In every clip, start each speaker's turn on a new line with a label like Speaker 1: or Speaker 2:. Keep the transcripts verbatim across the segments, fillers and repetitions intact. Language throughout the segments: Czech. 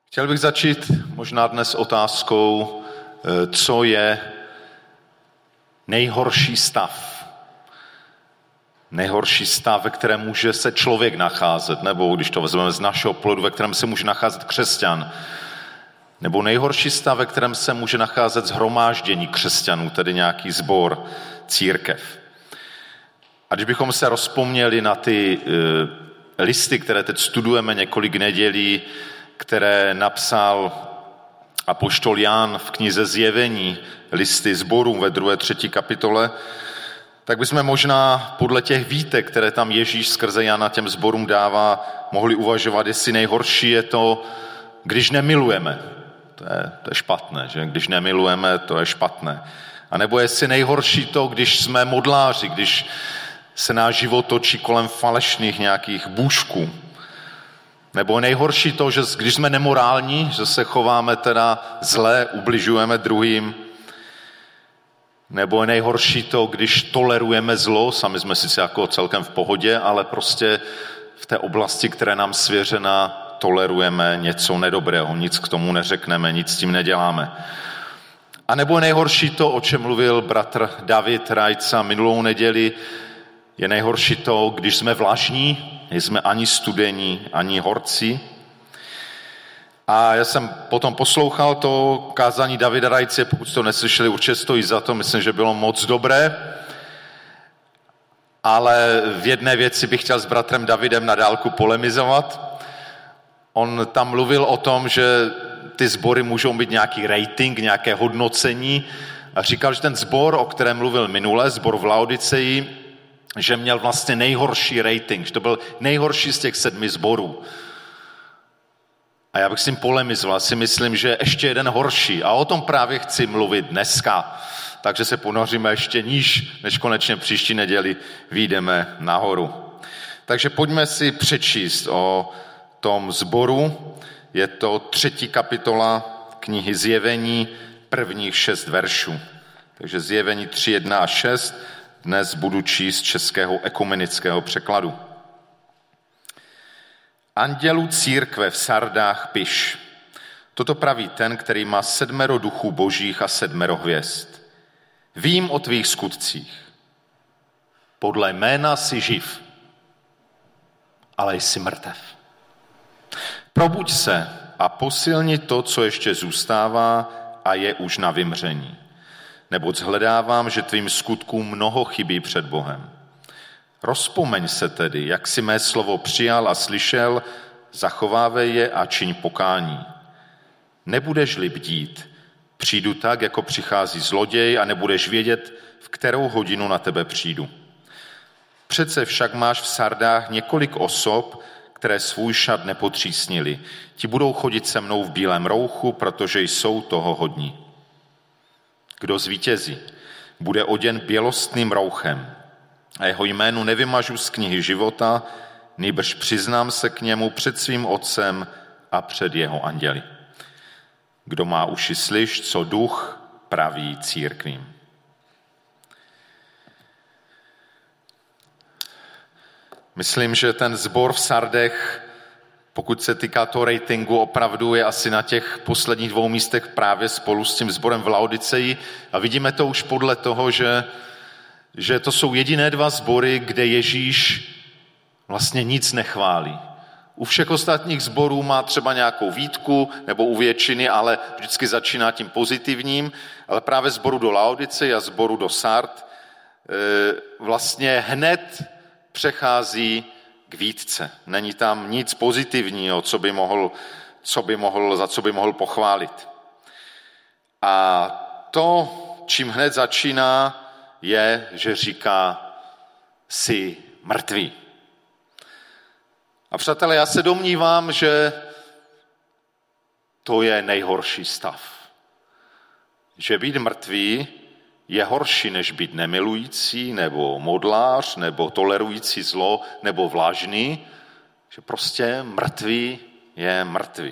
Speaker 1: Chtěl bych začít možná dnes otázkou, co je nejhorší stav. Nejhorší stav, ve kterém může se člověk nacházet, nebo když to vezmeme z našeho pohledu, ve kterém se může nacházet křesťan. Nebo nejhorší stav, ve kterém se může nacházet shromáždění křesťanů, tedy nějaký sbor, církev. A když bychom se rozpomněli na ty e, listy, které teď studujeme několik nedělí, které napsal apoštol Jan v knize Zjevení, listy sborům ve druhé, třetí kapitole, tak bychom možná podle těch výtek, které tam Ježíš skrze Jana těm sborům dává, mohli uvažovat, jestli nejhorší je to, když nemilujeme. To je, to je špatné, že? Když nemilujeme, to je špatné. A nebo jestli nejhorší to, když jsme modláři, když se náš život točí kolem falešných nějakých bůžků. Nebo nejhorší to, že když jsme nemorální, že se chováme teda zle, ubližujeme druhým. Nebo nejhorší to, když tolerujeme zlo, sami jsme sice jako celkem v pohodě, ale prostě v té oblasti, které nám svěřena, tolerujeme něco nedobrého, nic k tomu neřekneme, nic s tím neděláme. A nebo nejhorší to, o čem mluvil bratr David Rajca minulou neděli, je nejhorší to, když jsme vlažní, nejsme ani studení, ani horci. A já jsem potom poslouchal to kázání Davida Rajce, pokud to neslyšeli, určitě stojí za to, myslím, že bylo moc dobré. Ale v jedné věci bych chtěl s bratrem Davidem na dálku polemizovat. On tam mluvil o tom, že ty sbory můžou mít nějaký rating, nějaké hodnocení. A říkal, že ten sbor, o kterém mluvil minule, sbor v Laodiceji, že měl vlastně nejhorší rating, že to byl nejhorší z těch sedmi sborů. A já bych s tím polemizoval, si myslím, že ještě jeden horší. A o tom právě chci mluvit dneska. Takže se ponoříme ještě níž, než konečně příští neděli vyjdeme nahoru. Takže pojďme si přečíst o tom sboru. Je to třetí kapitola knihy Zjevení, prvních šest veršů. Takže Zjevení tři, jedna a šest. Dnes budu číst českého ekumenického překladu. Andělu církve v Sardách piš. Toto praví ten, který má sedmero duchů božích a sedmero hvězd. Vím o tvých skutcích. Podle jména jsi živ, ale jsi mrtev. Probuď se a posilni to, co ještě zůstává a je už na vymření. Neboť shledávám, že tvým skutkům mnoho chybí před Bohem. Rozpomeň se tedy, jak si mé slovo přijal a slyšel, zachovávej je a čiň pokání. Nebudeš-li bdít, přijdu tak, jako přichází zloděj a nebudeš vědět, v kterou hodinu na tebe přijdu. Přece však máš v Sardách několik osob, které svůj šat nepotřísnili. Ti budou chodit se mnou v bílém rouchu, protože jsou toho hodní. Kdo zvítězí, bude oděn bělostným rouchem a jeho jménu nevymažu z knihy života, nýbrž přiznám se k němu před svým otcem a před jeho anděli. Kdo má uši, slyš, co duch praví církvím. Myslím, že ten sbor v Sardech, pokud se týká toho ratingu, opravdu je asi na těch posledních dvou místech právě spolu s tím sborem v Laodiceji. A vidíme to už podle toho, že, že to jsou jediné dva sbory, kde Ježíš vlastně nic nechválí. U všech ostatních sborů má třeba nějakou výtku nebo u většiny, ale vždycky začíná tím pozitivním. Ale právě sboru do Laodiceji a sboru do Sard vlastně hned přechází k výtce. Není tam nic pozitivního, co by mohl, co by mohl, za co by mohl pochválit. A to, čím hned začíná, je, že říká, jsi mrtvý. A přátelé, já se domnívám, že to je nejhorší stav. Že být mrtvý je horší, než být nemilující, nebo modlář, nebo tolerující zlo, nebo vlažný, že prostě mrtvý je mrtvý.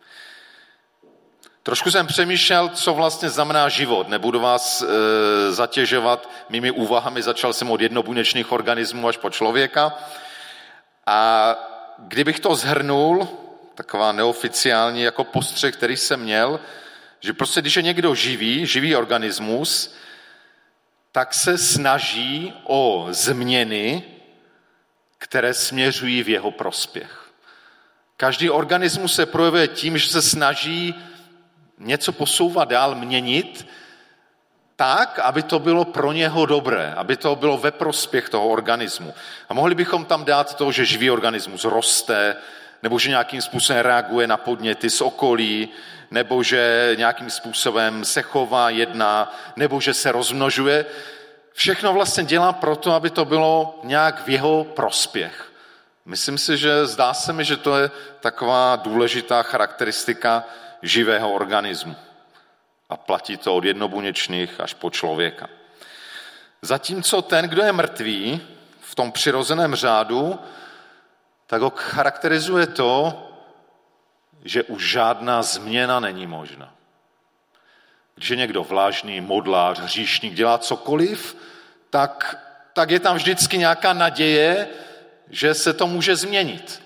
Speaker 1: Trošku jsem přemýšlel, co vlastně znamená život. Nebudu vás e, zatěžovat mými úvahami, začal jsem od jednobuněčných organismů až po člověka. A kdybych to shrnul, taková neoficiální jako postřeh, který jsem měl, že prostě když je někdo živý, živý organismus, tak se snaží o změny, které směřují v jeho prospěch. Každý organismus se projevuje tím, že se snaží něco posouvat dál, měnit, tak, aby to bylo pro něho dobré, aby to bylo ve prospěch toho organismu. A mohli bychom tam dát to, že živý organismus roste, nebo že nějakým způsobem reaguje na podněty z okolí, nebo že nějakým způsobem se chová, jedná, nebo že se rozmnožuje. Všechno vlastně dělá proto, aby to bylo nějak v jeho prospěch. Myslím si, že zdá se mi, že to je taková důležitá charakteristika živého organismu. A platí to od jednobuněčných až po člověka. Zatímco ten, kdo je mrtvý v tom přirozeném řádu, tak ho charakterizuje to, že už žádná změna není možná. Když je někdo vlážný, modlář, hříšník, dělá cokoliv, tak, tak je tam vždycky nějaká naděje, že se to může změnit.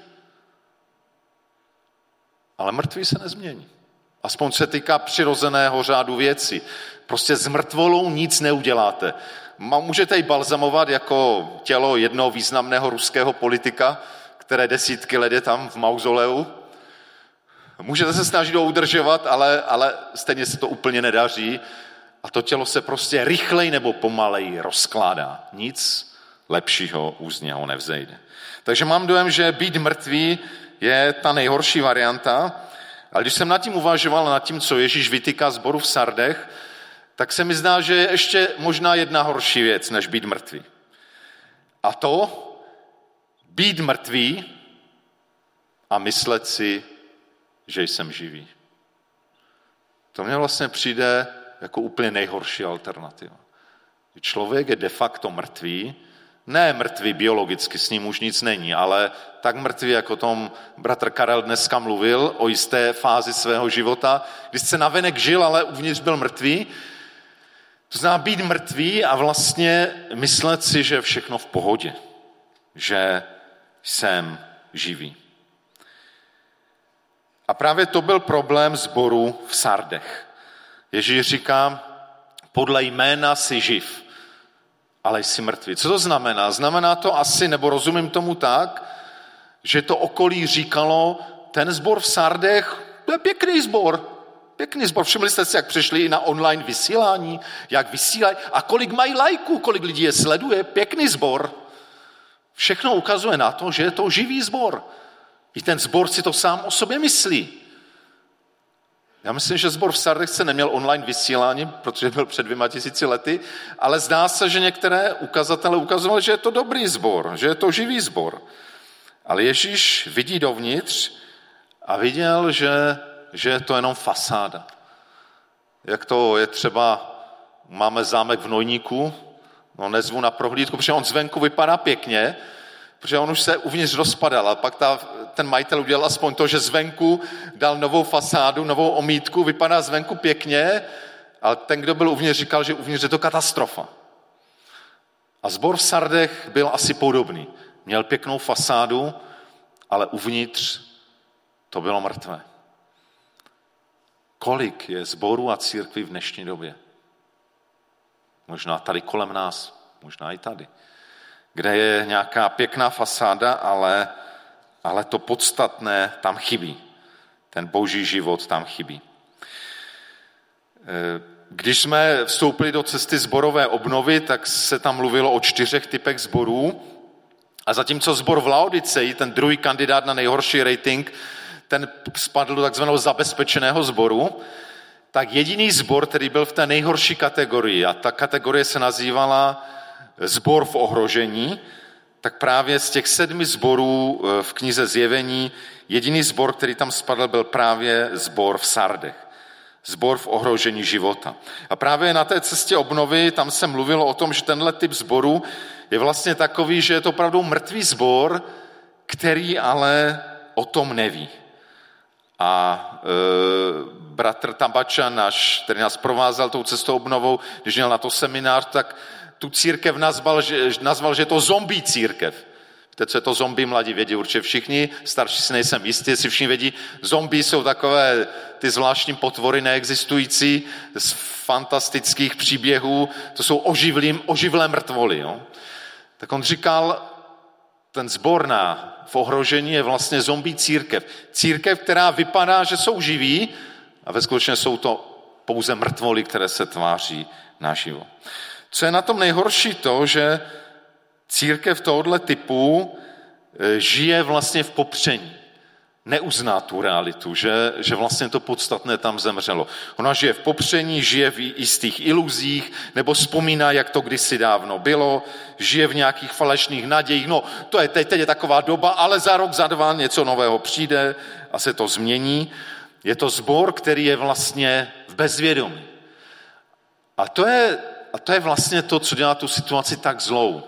Speaker 1: Ale mrtvý se nezmění. Aspoň se týká přirozeného řádu věcí. Prostě s mrtvolou nic neuděláte. Můžete ji balzamovat jako tělo jednoho významného ruského politika, které desítky let je tam v mauzoleu. Můžete se snažit ho udržovat, ale, ale stejně se to úplně nedaří. A to tělo se prostě rychleji nebo pomaleji rozkládá. Nic lepšího z něho nevzejde. Takže mám dojem, že být mrtvý je ta nejhorší varianta. Ale když jsem nad tím uvažoval, nad tím, co Ježíš vytýká sboru v Sardech, tak se mi zdá, že je ještě možná jedna horší věc, než být mrtvý. A to být mrtvý a myslet si, že jsem živý. To mně vlastně přijde jako úplně nejhorší alternativa. Člověk je de facto mrtvý, ne mrtvý biologicky, s ním už nic není, ale tak mrtvý, jako tom bratr Karel dneska mluvil o jisté fázi svého života, když se navenek žil, ale uvnitř byl mrtvý. To znamená být mrtvý a vlastně myslet si, že je všechno v pohodě, že jsem živý. A právě to byl problém sboru v Sardech. Ježíš říká, podle jména jsi živ, ale jsi mrtvý. Co to znamená? Znamená to asi, nebo rozumím tomu tak, že to okolí říkalo, ten sbor v Sardech, to je pěkný sbor. Pěkný sbor. Všimli jste si, jak přišli i na online vysílání, jak vysílají a kolik mají lajků, kolik lidí je sleduje. Pěkný sbor. Všechno ukazuje na to, že je to živý sbor. I ten sbor si to sám o sobě myslí. Já myslím, že sbor v Sardech se neměl online vysílání, protože byl před dvěma tisíci lety, ale zdá se, že některé ukazatele ukazovaly, že je to dobrý sbor, že je to živý sbor. Ale Ježíš vidí dovnitř a viděl, že, že je to jenom fasáda. Jak to je třeba, máme zámek v Nojníku, no nezvu na prohlídku, protože on zvenku vypadá pěkně, protože on už se uvnitř rozpadal a pak ta, ten majitel udělal aspoň to, že zvenku dal novou fasádu, novou omítku, vypadá zvenku pěkně, ale ten, kdo byl uvnitř, říkal, že uvnitř je to katastrofa. A sbor v Sardech byl asi podobný. Měl pěknou fasádu, ale uvnitř to bylo mrtvé. Kolik je sborů a církví v dnešní době? Možná tady kolem nás, možná i tady. Kde je nějaká pěkná fasáda, ale, ale to podstatné tam chybí. Ten boží život tam chybí. Když jsme vstoupili do cesty sborové obnovy, tak se tam mluvilo o čtyřech typech sborů. A zatímco sbor v Laodiceji, ten druhý kandidát na nejhorší rating, ten spadl do takzvaného zabezpečeného sboru, tak jediný sbor, který byl v té nejhorší kategorii, a ta kategorie se nazývala sbor v ohrožení, tak právě z těch sedmi sborů v knize Zjevení jediný sbor, který tam spadl, byl právě sbor v Sardech. Sbor v ohrožení života. A právě na té cestě obnovy tam se mluvilo o tom, že tenhle typ sboru je vlastně takový, že je to opravdu mrtvý sbor, který ale o tom neví. A e, bratr Tambača, náš, který nás provázel tou cestou obnovou, když měl na to seminář, tak tu církev nazval, že, nazval, že je to zombie církev. Teď, co je to zombie, mladí vědí určitě všichni, starší si nejsem jistý, jestli všichni vědí. Zombie jsou takové ty zvláštní potvory neexistující z fantastických příběhů, to jsou oživlí, oživlé mrtvoly. Jo? Tak on říkal, ten sbor na, v ohrožení je vlastně zombie církev. Církev, která vypadá, že jsou živí, a ve skutečně jsou to pouze mrtvoly, které se tváří naživo. Co je na tom nejhorší to, že církev tohoto typu žije vlastně v popření. Neuzná tu realitu, že, že vlastně to podstatné tam zemřelo. Ona žije v popření, žije v jistých iluzích, nebo vzpomíná, jak to kdysi dávno bylo, žije v nějakých falešných nadějích. No, to je teď, teď je taková doba, ale za rok, za dva něco nového přijde a se to změní. Je to sbor, který je vlastně v bezvědomí. A to je, a to je vlastně to, co dělá tu situaci tak zlou.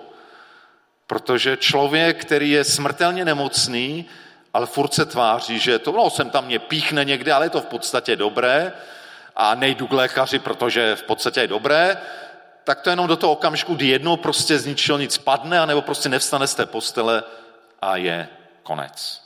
Speaker 1: Protože člověk, který je smrtelně nemocný, ale furt se tváří, že to, no, sem tam mě píchne někde, ale je to v podstatě dobré a nejdu k lékaři, protože v podstatě je dobré, tak to jenom do toho okamžiku, kdy jednou prostě z ničeho nic padne, anebo prostě nevstane z té postele a je konec.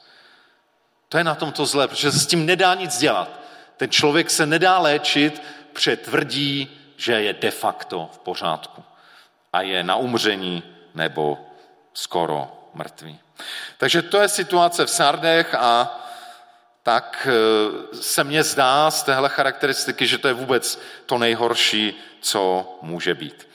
Speaker 1: To je na tom to zlé, protože se s tím nedá nic dělat. Ten člověk se nedá léčit, protože tvrdí, že je de facto v pořádku a je na umření nebo skoro mrtvý. Takže to je situace v Sardech a tak se mně zdá z téhle charakteristiky, že to je vůbec to nejhorší, co může být.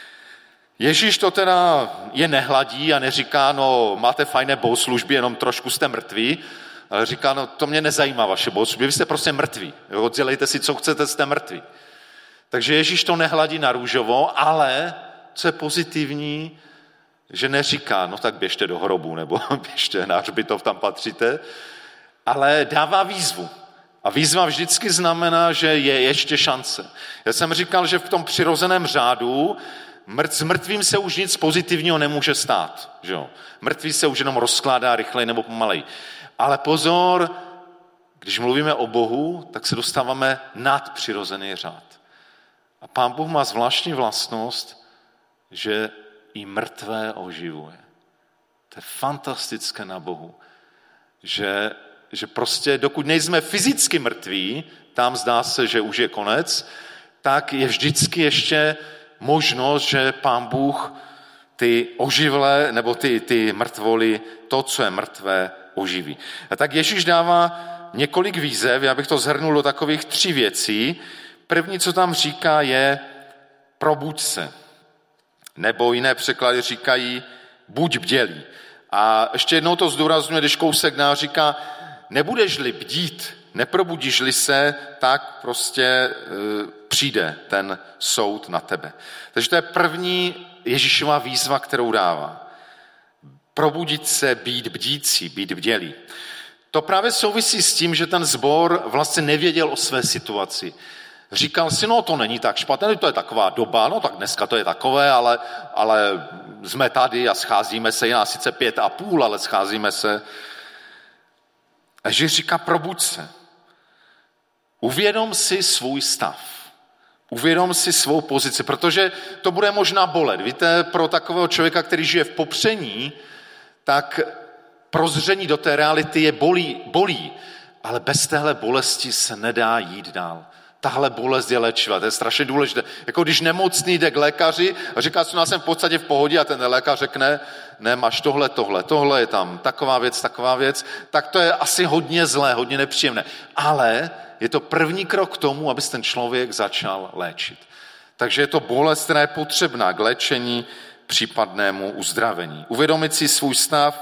Speaker 1: Ježíš to teda je nehladí a neříká, no máte fajné bohoslužby, jenom trošku jste mrtví, ale říká, no to mě nezajímá vaše bohoslužby, vy jste prostě mrtví, jo, dělejte si, co chcete, jste mrtví. Takže Ježíš to nehladí na růžovo, ale co je pozitivní, že neříká, no tak běžte do hrobu, nebo běžte na hřbitov, tam patříte, ale dává výzvu. A výzva vždycky znamená, že je ještě šance. Já jsem říkal, že v tom přirozeném řádu s mrtvým se už nic pozitivního nemůže stát. Že jo? Mrtvý se už jenom rozkládá rychleji nebo pomalej. Ale pozor, když mluvíme o Bohu, tak se dostáváme nad přirozený řád. A Pán Bůh má zvláštní vlastnost, že i mrtvé oživuje. To je fantastické na Bohu, že, že prostě dokud nejsme fyzicky mrtví, tam zdá se, že už je konec, tak je vždycky ještě možnost, že Pán Bůh ty oživlé, nebo ty, ty mrtvoly, to, co je mrtvé, oživí. A tak Ježíš dává několik výzev, já bych to shrnul do takových tří věcí. První, co tam říká, je probuď se. Nebo jiné překlady říkají buď bdělý. A ještě jednou to zdůrazňuje, když kousek dál říká, nebudeš-li bdít, neprobudíš-li se, tak prostě e, přijde ten soud na tebe. Takže to je první Ježíšova výzva, kterou dává. Probudit se, být bdící, být bdělý. To právě souvisí s tím, že ten sbor vlastně nevěděl o své situaci. Říkal si, no to není tak špatné, to je taková doba, no tak dneska to je takové, ale, ale jsme tady a scházíme se, je nás sice pět a půl, ale scházíme se. A Ježíš říká, probuď se. Uvědom si svůj stav. Uvědom si svou pozici, protože to bude možná bolet. Víte, pro takového člověka, který žije v popření, tak prozření do té reality je bolí, bolí, ale bez téhle bolesti se nedá jít dál. Tahle bolest je léčivá, to je strašně důležité. Jako když nemocný jde k lékaři a říká, že jsem v podstatě v pohodě a ten lékař řekne, ne, máš tohle, tohle, tohle, je tam taková věc, taková věc, tak to je asi hodně zlé, hodně nepříjemné. Ale je to první krok k tomu, aby se ten člověk začal léčit. Takže je to bolest, která je potřebná k léčení, případnému uzdravení. Uvědomit si svůj stav,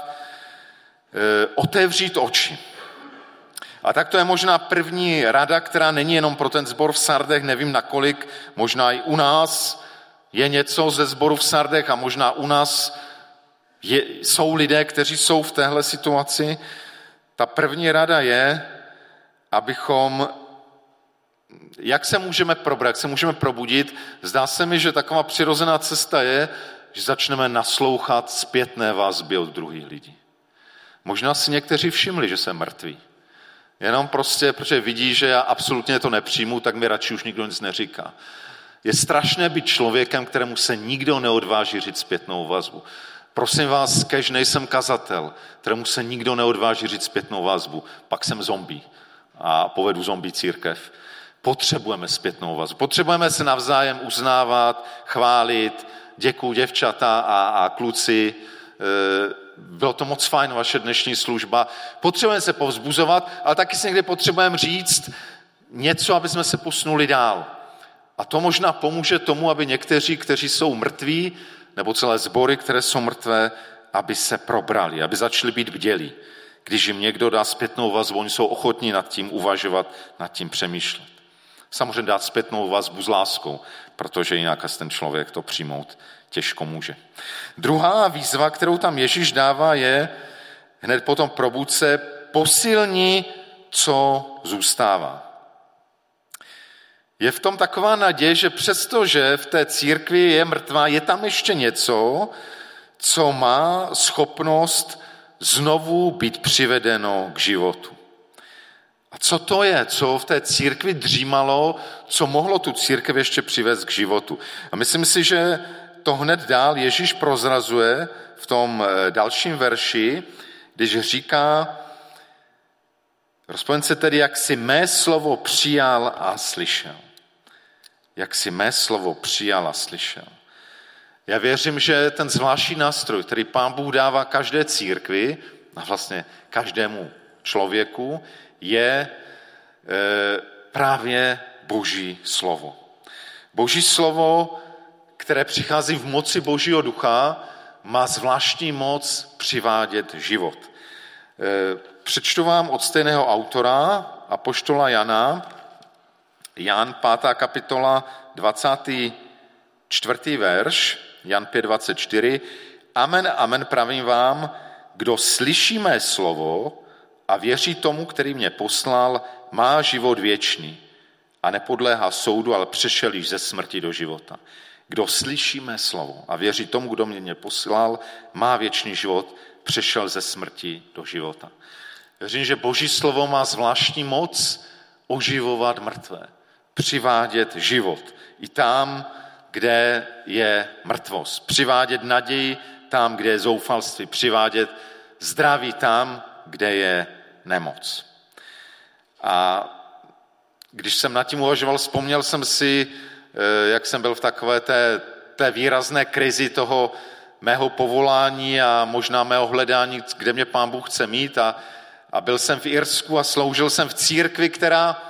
Speaker 1: otevřít oči. A tak to je možná první rada, která není jenom pro ten sbor v Sardech, nevím nakolik, možná i u nás je něco ze sboru v Sardech a možná u nás je, jsou lidé, kteří jsou v téhle situaci. Ta první rada je, abychom, jak se můžeme probrat, jak se můžeme probudit, zdá se mi, že taková přirozená cesta je, že začneme naslouchat zpětné vazby od druhých lidí. Možná si někteří všimli, že jsem mrtvý. Jenom prostě, protože vidí, že já absolutně to nepřijmu, tak mi radši už nikdo nic neříká. Je strašné být člověkem, kterému se nikdo neodváží říct zpětnou vazbu. Prosím vás, kež nejsem kazatel, kterému se nikdo neodváží říct zpětnou vazbu, pak jsem zombie a povedu zombie církev. Potřebujeme zpětnou vazbu. Potřebujeme se navzájem uznávat, chválit. Děkuju děvčata a, a kluci. Bylo to moc fajn, vaše dnešní služba. Potřebujeme se povzbuzovat, ale taky si někdy potřebujeme říct něco, aby jsme se posunuli dál. A to možná pomůže tomu, aby někteří, kteří jsou mrtví, nebo celé sbory, které jsou mrtvé, aby se probrali, aby začali být bdělí. Když jim někdo dá zpětnou vazbu, oni jsou ochotní nad tím uvažovat, nad tím přemýšlet. Samozřejmě dát zpětnou vazbu s láskou, protože jinak ten člověk to přijmout těžko může. Druhá výzva, kterou tam Ježíš dává, je hned potom probudce, posilni, co zůstává. Je v tom taková naděje, že přestože v té církvi je mrtvá, je tam ještě něco, co má schopnost znovu být přivedeno k životu. A co to je, co v té církvi dřímalo, co mohlo tu církev ještě přivést k životu? A myslím si, že to hned dál Ježíš prozrazuje v tom dalším verši, když říká, rozpomeň se tedy, jak si mé slovo přijal a slyšel. Jak si mé slovo přijal a slyšel. Já věřím, že ten zvláštní nástroj, který Pán Bůh dává každé církvi a vlastně každému člověku, je e, právě Boží slovo. Boží slovo, které přichází v moci Božího ducha, má zvláštní moc přivádět život. E, přečtu vám od stejného autora, apoštola Jana, Jan pátá kapitola, dvacátý čtvrtý verš, Jan pět dvacet čtyři. Amen, amen, pravím vám, kdo slyší mé slovo a věří tomu, který mě poslal, má život věčný a nepodléhá soudu, ale přešel již ze smrti do života. Kdo slyší mé slovo a věří tomu, kdo mě poslal, má věčný život, přešel ze smrti do života. Věřím, že Boží slovo má zvláštní moc oživovat mrtvé, přivádět život i tam, kde je mrtvost, přivádět naději tam, kde je zoufalství, přivádět zdraví tam, kde je nemoc. A když jsem nad tím uvažoval, vzpomněl jsem si, jak jsem byl v takové té, té výrazné krizi toho mého povolání a možná mého hledání, kde mě Pán Bůh chce mít. A, a byl jsem v Irsku a sloužil jsem v církvi, která...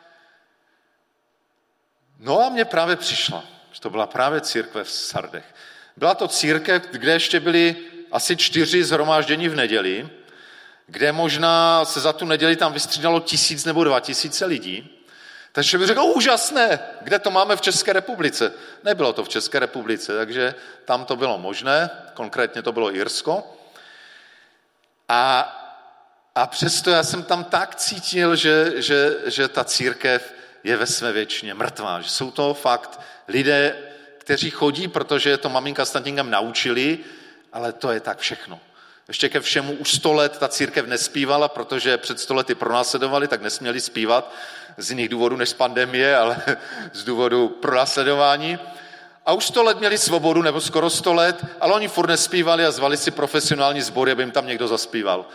Speaker 1: No a mně právě přišla, že to byla právě církev v Sardech. Byla to církev, kde ještě byly asi čtyři shromáždění v neděli, kde možná se za tu neděli tam vystřídalo tisíc nebo dva tisíce lidí. Takže bych řekl, úžasné, kde to máme v České republice? Nebylo to v České republice, takže tam to bylo možné, konkrétně to bylo Irsko. A, a přesto já jsem tam tak cítil, že, že, že ta církev je ve své většině mrtvá, že jsou to fakt lidé, kteří chodí, protože je to maminka s tatínkem naučili, ale to je tak všechno. Ještě ke všemu už sto let ta církev nespívala, protože před sto lety pronásledovali, tak nesměli zpívat z jiných důvodů než z pandemie, ale z důvodu pronásledování. A už sto let měli svobodu, nebo skoro sto let, ale oni furt nespívali a zvali si profesionální sbory, aby jim tam někdo zaspíval.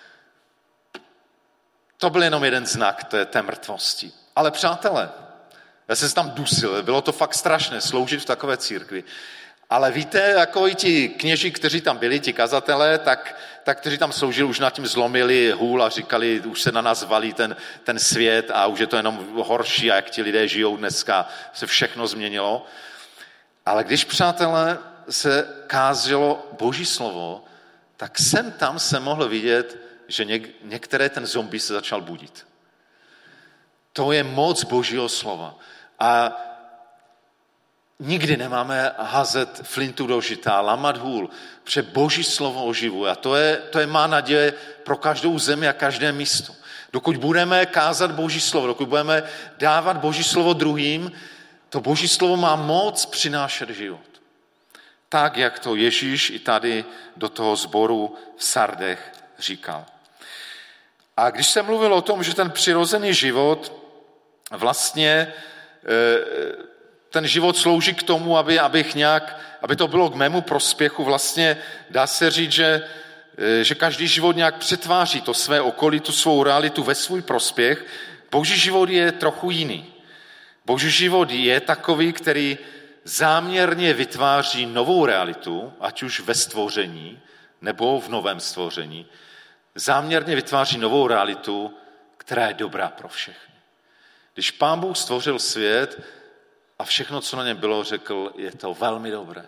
Speaker 1: To byl jenom jeden znak té, té mrtvosti. Ale přátelé, já jsem se tam dusil, bylo to fakt strašné sloužit v takové církvi. Ale víte, jako i ti kněži, kteří tam byli, ti kazatelé, tak, tak kteří tam sloužili, už nad tím zlomili hůl a říkali, už se na nás valí ten, ten svět a už je to jenom horší a jak ti lidé žijou dneska, se všechno změnilo. Ale když, přátelé, se kázalo Boží slovo, tak sem tam se mohl vidět, že něk, některé ten zombie se začal budit. To je moc Božího slova. A nikdy nemáme házet flintu do žita, lamat hůl, protože Boží slovo oživuje. A to je, to je má naděje pro každou zemi a každé místo. Dokud budeme kázat Boží slovo, dokud budeme dávat Boží slovo druhým, to Boží slovo má moc přinášet život. Tak, jak to Ježíš i tady do toho sboru v Sardech říkal. A když se mluvil o tom, že ten přirozený život vlastně ten život slouží k tomu, aby, abych nějak, aby to bylo k mému prospěchu. Vlastně dá se říct, že, že každý život nějak přetváří to své okolí, tu svou realitu ve svůj prospěch. Boží život je trochu jiný. Boží život je takový, který záměrně vytváří novou realitu, ať už ve stvoření, nebo v novém stvoření. Záměrně vytváří novou realitu, která je dobrá pro všechny. Když Pán Bůh stvořil svět a všechno, co na něm bylo, řekl, je to velmi dobré.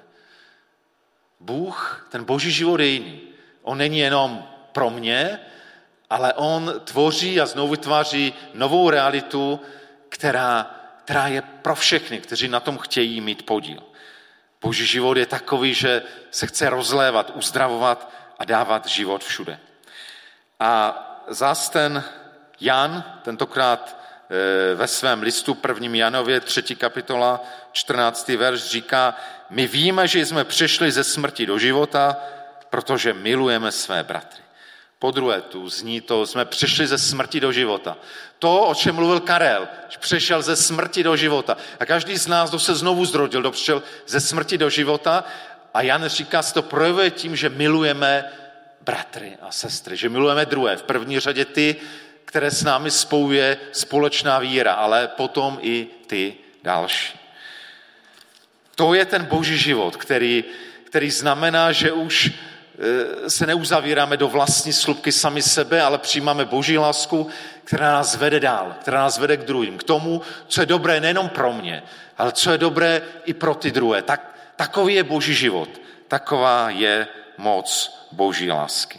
Speaker 1: Bůh, ten boží život je jiný. On není jenom pro mě, ale on tvoří a znovu vytváří novou realitu, která, která je pro všechny, kteří na tom chtějí mít podíl. Boží život je takový, že se chce rozlévat, uzdravovat a dávat život všude. A zás ten Jan, tentokrát ve svém listu prvním Janově, třetí kapitola, čtrnáctý verš říká, my víme, že jsme přišli ze smrti do života, protože milujeme své bratry. Podruhé tu zní to, jsme přišli ze smrti do života. To, o čem mluvil Karel, že přišel ze smrti do života. A každý z nás, kdo se znovu zrodil, kdo přišel ze smrti do života, a Jan říká, se to projevuje tím, že milujeme bratry a sestry, že milujeme druhé. V první řadě ty, které s námi spojuje společná víra, ale potom i ty další. To je ten boží život, který, který znamená, že už se neuzavíráme do vlastní slupky sami sebe, ale přijímáme boží lásku, která nás vede dál, která nás vede k druhým, k tomu, co je dobré nejenom pro mě, ale co je dobré i pro ty druhé. Tak, takový je boží život, taková je moc boží lásky.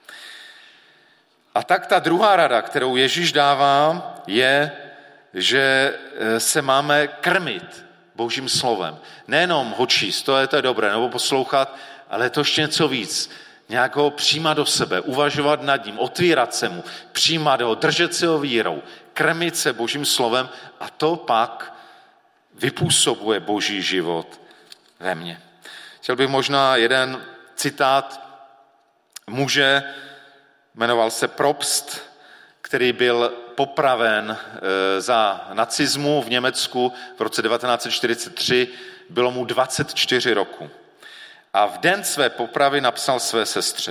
Speaker 1: A tak ta druhá rada, kterou Ježíš dává, je, že se máme krmit božím slovem. Nejenom ho číst, to je, to je dobré, nebo poslouchat, ale to ještě něco víc. Nějak ho přijímat do sebe, uvažovat nad ním, otvírat se mu, přijímat ho, držet se ho vírou, krmit se božím slovem a to pak vypůsobuje boží život ve mně. Chtěl bych možná jeden citát muže, jmenoval se Probst, který byl popraven za nacismu v Německu v roce devatenáct set čtyřicet tři, bylo mu dvacet čtyři roku. A v den své popravy napsal své sestře.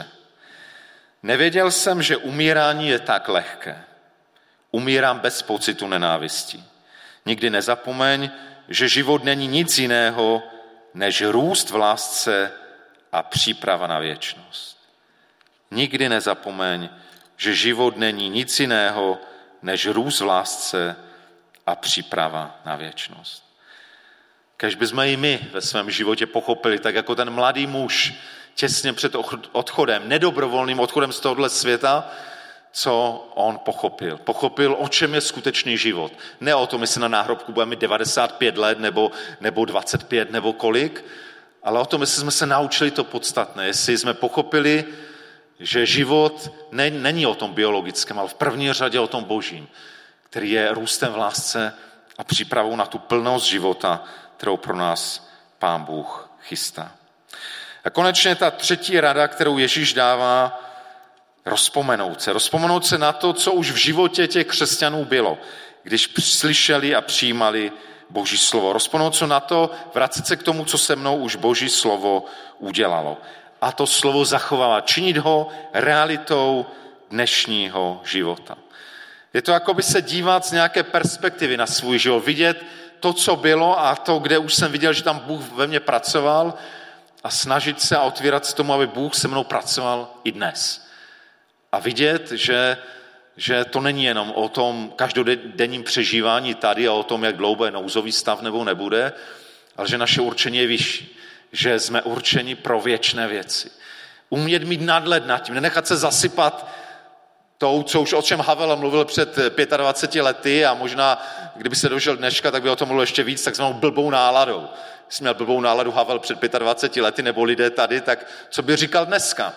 Speaker 1: Nevěděl jsem, že umírání je tak lehké. Umírám bez pocitu nenávisti. Nikdy nezapomeň, že život není nic jiného, než růst v lásce a příprava na věčnost. Nikdy nezapomeň, že život není nic jiného, než růst v lásce a příprava na věčnost. Kež bychom i my ve svém životě pochopili, tak jako ten mladý muž těsně před odchodem, nedobrovolným odchodem z tohohle světa, co on pochopil. Pochopil, o čem je skutečný život. Ne o tom, jestli na náhrobku budeme mít devadesát pět let nebo, nebo dvacet pět nebo kolik, ale o tom, jestli jsme se naučili to podstatné, jestli jsme pochopili, že život ne, není o tom biologickém, ale v první řadě o tom božím, který je růstem v lásce a přípravou na tu plnost života, kterou pro nás Pán Bůh chystá. A konečně ta třetí rada, kterou Ježíš dává, rozpomenout se. Rozpomenout se na to, co už v životě těch křesťanů bylo, když slyšeli a přijímali Boží slovo. Rozpomenout se na to, vracet se k tomu, co se mnou už Boží slovo udělalo. A to slovo zachovávat, činit ho realitou dnešního života. Je to jako by se dívat z nějaké perspektivy na svůj život, vidět to, co bylo a to, kde už jsem viděl, že tam Bůh ve mně pracoval a snažit se a otvírat se tomu, aby Bůh se mnou pracoval i dnes. A vidět, že, že to není jenom o tom každodenním přežívání tady a o tom, jak dlouho je nouzový stav nebo nebude, ale že naše určení je vyšší, že jsme určeni pro věčné věci. Umět mít nadhled nad tím, nenechat se zasypat tou, co už o čem Havel mluvil před dvaceti pěti lety a možná, kdyby se dožil dneška, tak by o tom mluvil ještě víc, takzvanou blbou náladou. Když měl blbou náladu Havel před dvaceti pěti lety nebo lidé tady, tak co by říkal dneska?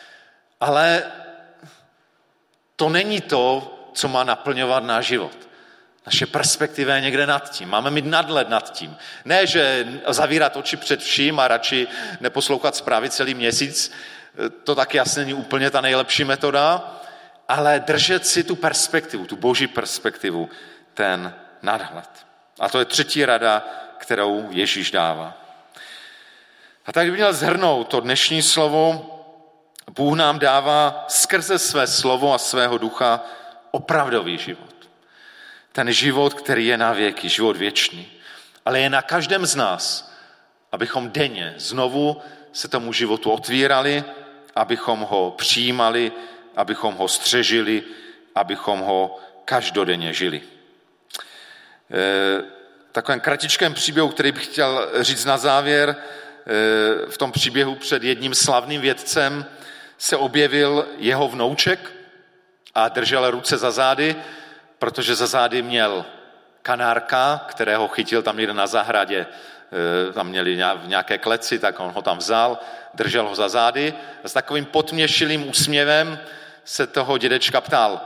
Speaker 1: Ale to není to, co má naplňovat náš život. Naše perspektiva je někde nad tím. Máme mít nadhled nad tím. Ne, že zavírat oči před vším a radši neposlouchat zprávy celý měsíc, to taky jasně není úplně ta nejlepší metoda, ale držet si tu perspektivu, tu boží perspektivu, ten nadhled. A to je třetí rada, kterou Ježíš dává. A tak bych měl shrnout to dnešní slovo. Bůh nám dává skrze své slovo a svého ducha opravdový život. Ten život, který je na věky, život věčný. Ale je na každém z nás, abychom denně znovu se tomu životu otvírali, abychom ho přijímali, abychom ho střežili, abychom ho každodenně žili. E, takovém kratičkém příběhu, který bych chtěl říct na závěr, e, v tom příběhu před jedním slavným vědcem se objevil jeho vnouček a držel ruce za zády, protože za zády měl kanárka, kterého chytil tam někde na zahradě, tam měli v nějaké kleci, tak on ho tam vzal, držel ho za zády a s takovým potměšilým úsměvem se toho dědečka ptal.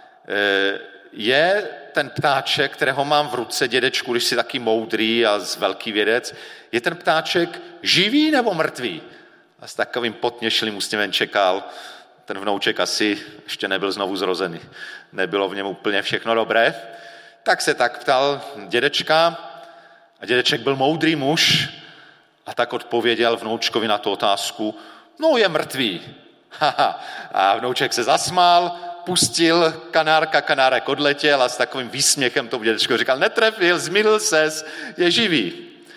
Speaker 1: Je ten ptáček, kterého mám v ruce, dědečku, když jsi taky moudrý a velký vědec, je ten ptáček živý nebo mrtvý? A s takovým potměšilým úsměvem čekal. Ten vnouček asi ještě nebyl znovu zrozený. Nebylo v něm úplně všechno dobré. Tak se tak ptal dědečka a dědeček byl moudrý muž a tak odpověděl vnoučkovi na tu otázku, no je mrtvý. A vnouček se zasmál, pustil kanárka, kanárek odletěl a s takovým výsměchem tomu dědečkovi říkal, netrefil, zmýlil ses, je živý.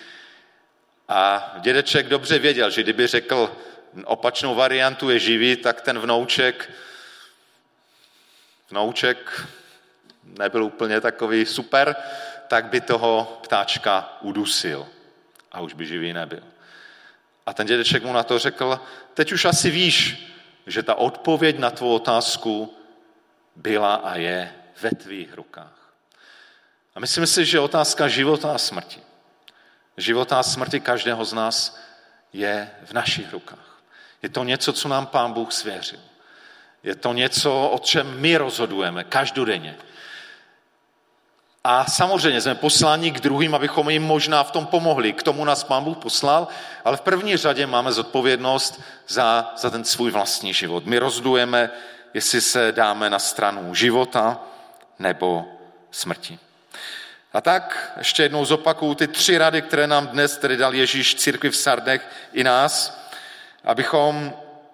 Speaker 1: A dědeček dobře věděl, že kdyby řekl opačnou variantu je živý, tak ten vnouček, vnouček nebyl úplně takový super, tak by toho ptáčka udusil a už by živý nebyl. A ten dědeček mu na to řekl, teď už asi víš, že ta odpověď na tvou otázku byla a je ve tvých rukách. A myslím si, že otázka života a smrti, života a smrti každého z nás je v našich rukách. Je to něco, co nám Pán Bůh svěřil. Je to něco, o čem my rozhodujeme každodenně. A samozřejmě jsme posláni k druhým, abychom jim možná v tom pomohli. K tomu nás Pán Bůh poslal, ale v první řadě máme zodpovědnost za, za ten svůj vlastní život. My rozhodujeme, jestli se dáme na stranu života nebo smrti. A tak ještě jednou zopakuju ty tři rady, které nám dnes tedy dal Ježíš církvi v Sardech i nás, abychom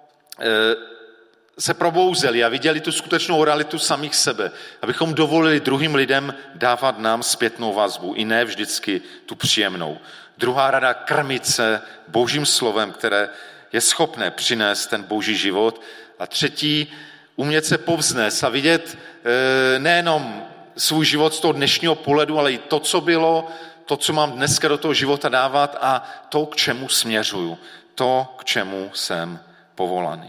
Speaker 1: se probouzeli a viděli tu skutečnou realitu samých sebe, abychom dovolili druhým lidem dávat nám zpětnou vazbu, i ne vždycky tu příjemnou. Druhá rada, krmit se Božím slovem, které je schopné přinést ten boží život. A třetí, umět se povznést a vidět nejenom svůj život z toho dnešního pohledu, ale i to, co bylo, to, co mám dneska do toho života dávat a to, k čemu směřuju, to, k čemu jsem povolaný.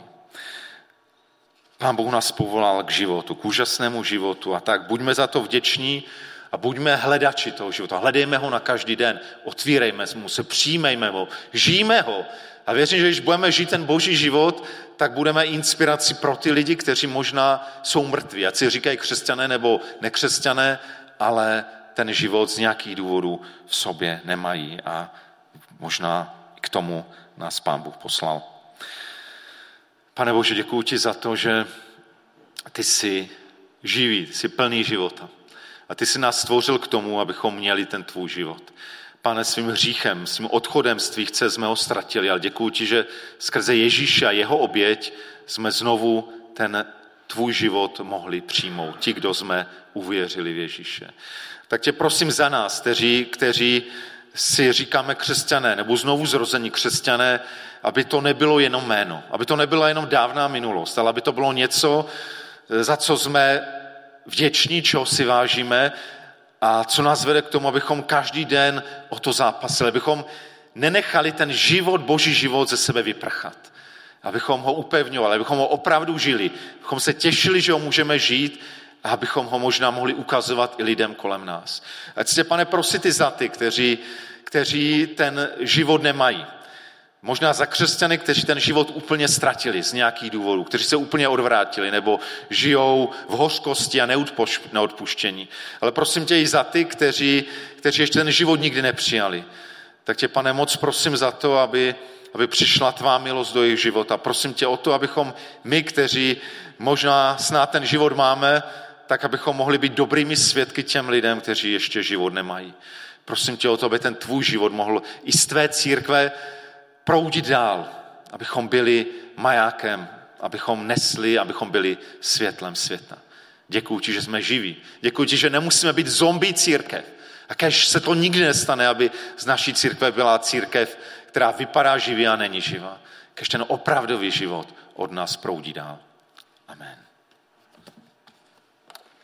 Speaker 1: Pán Bůh nás povolal k životu, k úžasnému životu a tak buďme za to vděční a buďme hledači toho života. Hledejme ho na každý den, otvírejme mu se, přijmejme ho, žijme ho. A věřím, že když budeme žít ten boží život, tak budeme inspirací pro ty lidi, kteří možná jsou mrtví. Ať si říkají křesťané nebo nekřesťané, ale ten život z nějakých důvodů v sobě nemají. A možná k tomu nás Pán Bůh poslal. Pane Bože, děkuji ti za to, že ty jsi živý, ty jsi plný života. A ty jsi nás stvořil k tomu, abychom měli ten tvůj život. Pane, svým hříchem, svým odchodem z tvých cest jsme ho ztratili, ale děkuji ti, že skrze Ježíše a jeho oběť jsme znovu ten tvůj život mohli přijmout. Ti, kdo jsme uvěřili v Ježíše. Tak tě prosím za nás, kteří, kteří si říkáme křesťané, nebo znovu zrození křesťané, aby to nebylo jenom jméno, aby to nebyla jenom dávná minulost, ale aby to bylo něco, za co jsme vděční, čeho si vážíme a co nás vede k tomu, abychom každý den o to zápasili, abychom nenechali ten život, boží život ze sebe vyprchat, abychom ho upevňovali, abychom ho opravdu žili, abychom se těšili, že ho můžeme žít a abychom ho možná mohli ukazovat i lidem kolem nás. Ať tě, Pane, prosi ty za ty, kteří, kteří ten život nemají. Možná za křesťany, kteří ten život úplně ztratili z nějakých důvodů, kteří se úplně odvrátili nebo žijou v hořkosti a neodpuštění. Ale prosím tě i za ty, kteří, kteří ještě ten život nikdy nepřijali. Tak tě, Pane, moc prosím za to, aby, aby přišla tvá milost do jejich života. Prosím tě o to, abychom my, kteří možná snad ten život máme, tak abychom mohli být dobrými svědky těm lidem, kteří ještě život nemají. Prosím tě o to, aby ten tvůj život mohl i z tvé církve proudit dál, abychom byli majákem, abychom nesli, abychom byli světlem světa. Děkuji ti, že jsme živí. Děkuji ti, že nemusíme být zombie církev. A kež se to nikdy nestane, aby z naší církve byla církev, která vypadá živě a není živá. Kež ten opravdový život od nás proudí dál. Amen.